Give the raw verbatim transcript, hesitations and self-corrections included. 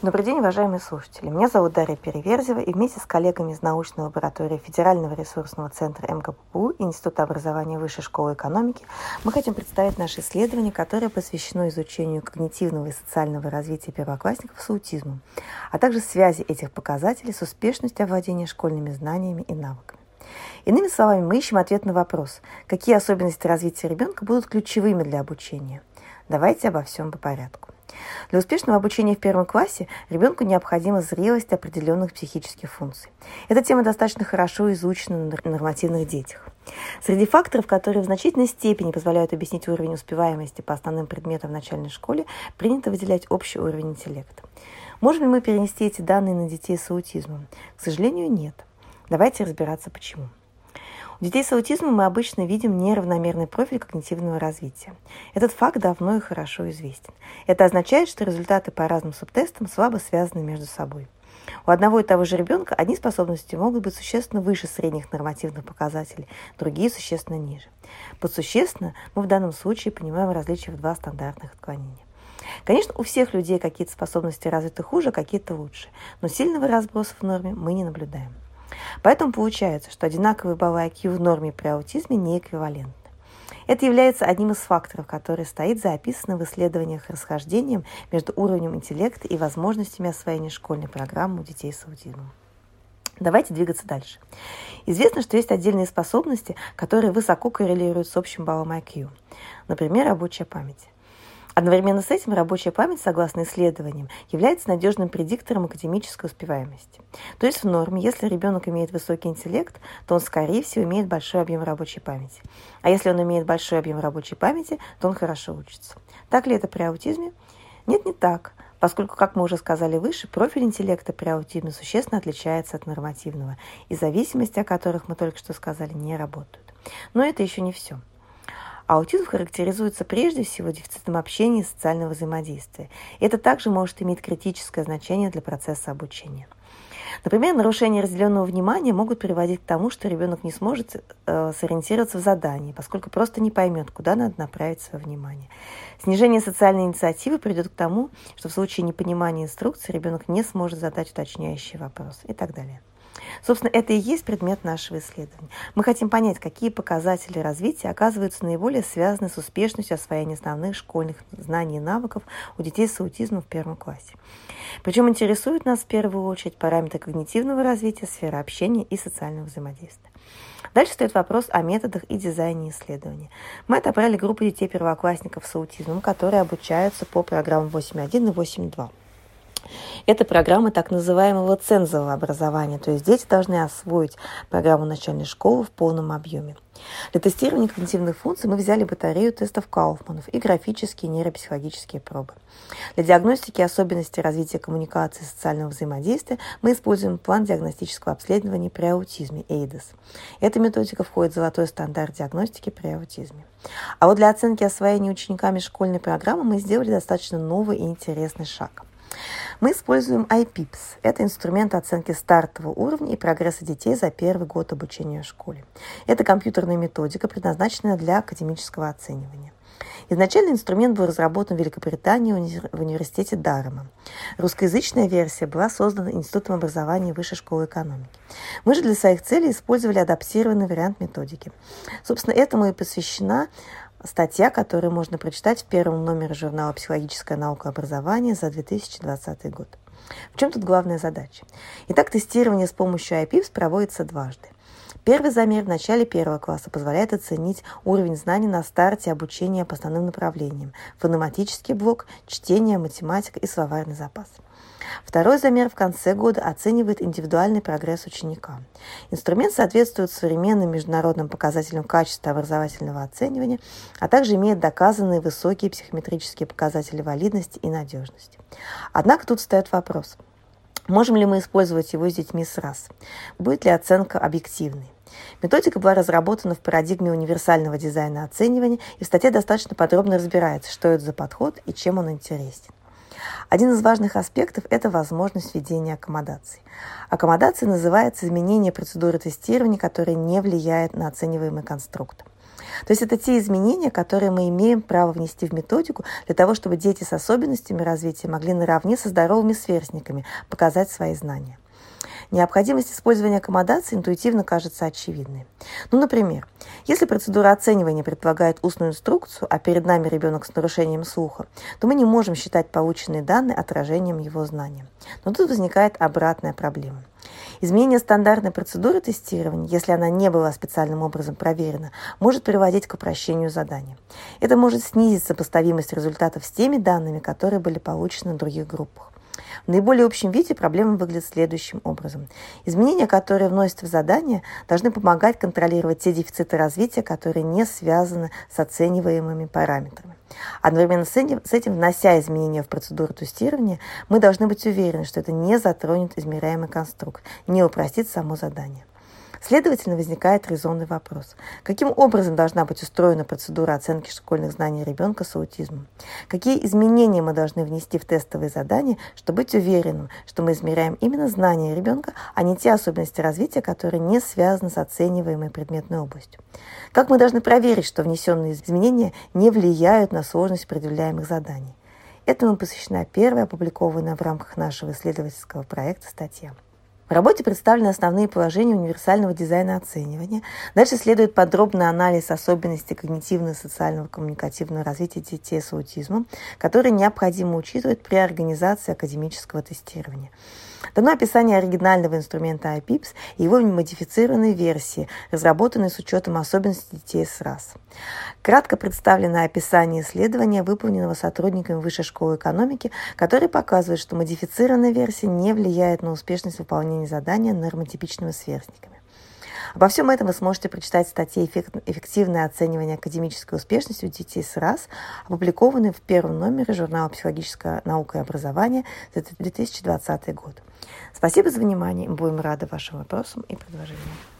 Добрый день, уважаемые слушатели. Меня зовут Дарья Переверзева, и вместе с коллегами из научной лаборатории Федерального ресурсного центра эм ка пэ пэ у и Института образования Высшей школы экономики мы хотим представить наше исследование, которое посвящено изучению когнитивного и социального развития первоклассников с аутизмом, а также связи этих показателей с успешностью овладения школьными знаниями и навыками. Иными словами, мы ищем ответ на вопрос, какие особенности развития ребенка будут ключевыми для обучения. Давайте обо всем по порядку. Для успешного обучения в первом классе ребенку необходима зрелость определенных психических функций. Эта тема достаточно хорошо изучена на нормативных детях. Среди факторов, которые в значительной степени позволяют объяснить уровень успеваемости по основным предметам в начальной школе, принято выделять общий уровень интеллекта. Можем ли мы перенести эти данные на детей с аутизмом? К сожалению, нет. Давайте разбираться, почему. У детей с аутизмом мы обычно видим неравномерный профиль когнитивного развития. Этот факт давно и хорошо известен. Это означает, что результаты по разным субтестам слабо связаны между собой. У одного и того же ребенка одни способности могут быть существенно выше средних нормативных показателей, другие существенно ниже. Под существенно мы в данном случае понимаем различия в два стандартных отклонения. Конечно, у всех людей какие-то способности развиты хуже, какие-то лучше, но сильного разброса в норме мы не наблюдаем. Поэтому получается, что одинаковые баллы ай кью в норме при аутизме не эквивалентны. Это является одним из факторов, который стоит за описанным в исследованиях расхождением между уровнем интеллекта и возможностями освоения школьной программы у детей с аутизмом. Давайте двигаться дальше. Известно, что есть отдельные способности, которые высоко коррелируют с общим баллом ай кью. Например, рабочая память. Одновременно с этим рабочая память, согласно исследованиям, является надежным предиктором академической успеваемости. То есть в норме, если ребенок имеет высокий интеллект, то он, скорее всего, имеет большой объем рабочей памяти. А если он имеет большой объем рабочей памяти, то он хорошо учится. Так ли это при аутизме? Нет, не так, поскольку, как мы уже сказали выше, профиль интеллекта при аутизме существенно отличается от нормативного, и зависимости, о которых мы только что сказали, не работают. Но это еще не все. Аутизм характеризуется прежде всего дефицитом общения и социального взаимодействия. Это также может иметь критическое значение для процесса обучения. Например, нарушения разделенного внимания могут приводить к тому, что ребенок не сможет э, сориентироваться в задании, поскольку просто не поймет, куда надо направить свое внимание. Снижение социальной инициативы приведет к тому, что в случае непонимания инструкции ребенок не сможет задать уточняющий вопрос и так далее. Собственно, это и есть предмет нашего исследования. Мы хотим понять, какие показатели развития оказываются наиболее связаны с успешностью освоения основных школьных знаний и навыков у детей с аутизмом в первом классе. Причем интересуют нас в первую очередь параметры когнитивного развития, сферы общения и социального взаимодействия. Дальше стоит вопрос о методах и дизайне исследования. Мы отобрали группу детей-первоклассников с аутизмом, которые обучаются по программам восемь точка один и восемь точка два. Это программа так называемого цензового образования, то есть дети должны освоить программу начальной школы в полном объеме. Для тестирования когнитивных функций мы взяли батарею тестов Кауфманов и графические нейропсихологические пробы. Для диагностики особенностей развития коммуникации и социального взаимодействия мы используем план диагностического обследования при аутизме эйдес. Эта методика входит в золотой стандарт диагностики при аутизме. А вот для оценки освоения учениками школьной программы мы сделали достаточно новый и интересный шаг. Мы используем ай пипс. Это инструмент оценки стартового уровня и прогресса детей за первый год обучения в школе. Это компьютерная методика, предназначенная для академического оценивания. Изначально инструмент был разработан в Великобритании в университете Дарема. Русскоязычная версия была создана Институтом образования Высшей школы экономики. Мы же для своих целей использовали адаптированный вариант методики. Собственно, этому и посвящена статья, которую можно прочитать в первом номере журнала «Психологическая наука и образование» за две тысячи двадцатый год. В чем тут главная задача? Итак, тестирование с помощью ай пипс проводится дважды. Первый замер в начале первого класса позволяет оценить уровень знаний на старте обучения по основным направлениям: фонематический блок, чтение, математика и словарный запас. Второй замер в конце года оценивает индивидуальный прогресс ученика. Инструмент соответствует современным международным показателям качества образовательного оценивания, а также имеет доказанные высокие психометрические показатели валидности и надежности. Однако тут встает вопрос: можем ли мы использовать его с детьми сразу? Будет ли оценка объективной? Методика была разработана в парадигме универсального дизайна оценивания, и в статье достаточно подробно разбирается, что это за подход и чем он интересен. Один из важных аспектов – это возможность введения аккомодаций. Аккомодацией называется изменение процедуры тестирования, которая не влияет на оцениваемый конструкт. То есть это те изменения, которые мы имеем право внести в методику для того, чтобы дети с особенностями развития могли наравне со здоровыми сверстниками показать свои знания. Необходимость использования аккомодации интуитивно кажется очевидной. Ну, например, если процедура оценивания предполагает устную инструкцию, а перед нами ребенок с нарушением слуха, то мы не можем считать полученные данные отражением его знаний. Но тут возникает обратная проблема. Изменение стандартной процедуры тестирования, если она не была специальным образом проверена, может приводить к упрощению задания. Это может снизить сопоставимость результатов с теми данными, которые были получены в других группах. В наиболее общем виде проблема выглядит следующим образом. Изменения, которые вносятся в задание, должны помогать контролировать те дефициты развития, которые не связаны с оцениваемыми параметрами. Одновременно с этим, с этим, внося изменения в процедуру тестирования, мы должны быть уверены, что это не затронет измеряемый конструкт, не упростит само задание. Следовательно, возникает резонный вопрос. Каким образом должна быть устроена процедура оценки школьных знаний ребенка с аутизмом? Какие изменения мы должны внести в тестовые задания, чтобы быть уверенным, что мы измеряем именно знания ребенка, а не те особенности развития, которые не связаны с оцениваемой предметной областью? Как мы должны проверить, что внесенные изменения не влияют на сложность предъявляемых заданий? Этому посвящена первая опубликованная в рамках нашего исследовательского проекта статья. В работе представлены основные положения универсального дизайна оценивания. Дальше следует подробный анализ особенностей когнитивного и социального коммуникативного развития детей с аутизмом, которые необходимо учитывать при организации академического тестирования. Дано описание оригинального инструмента ай пипс и его модифицированной версии, разработанной с учетом особенностей детей с РАС. Кратко представлено описание исследования, выполненного сотрудниками Высшей школы экономики, который показывает, что модифицированная версия не влияет на успешность выполнения задания нормотипичными сверстниками. Обо всем этом вы сможете прочитать в статье «Эффективное оценивание академической успешности у детей с РАС», опубликованной в первом номере журнала «Психологическая наука и образование» за две тысячи двадцатый год. Спасибо за внимание. Мы будем рады вашим вопросам и предложениям.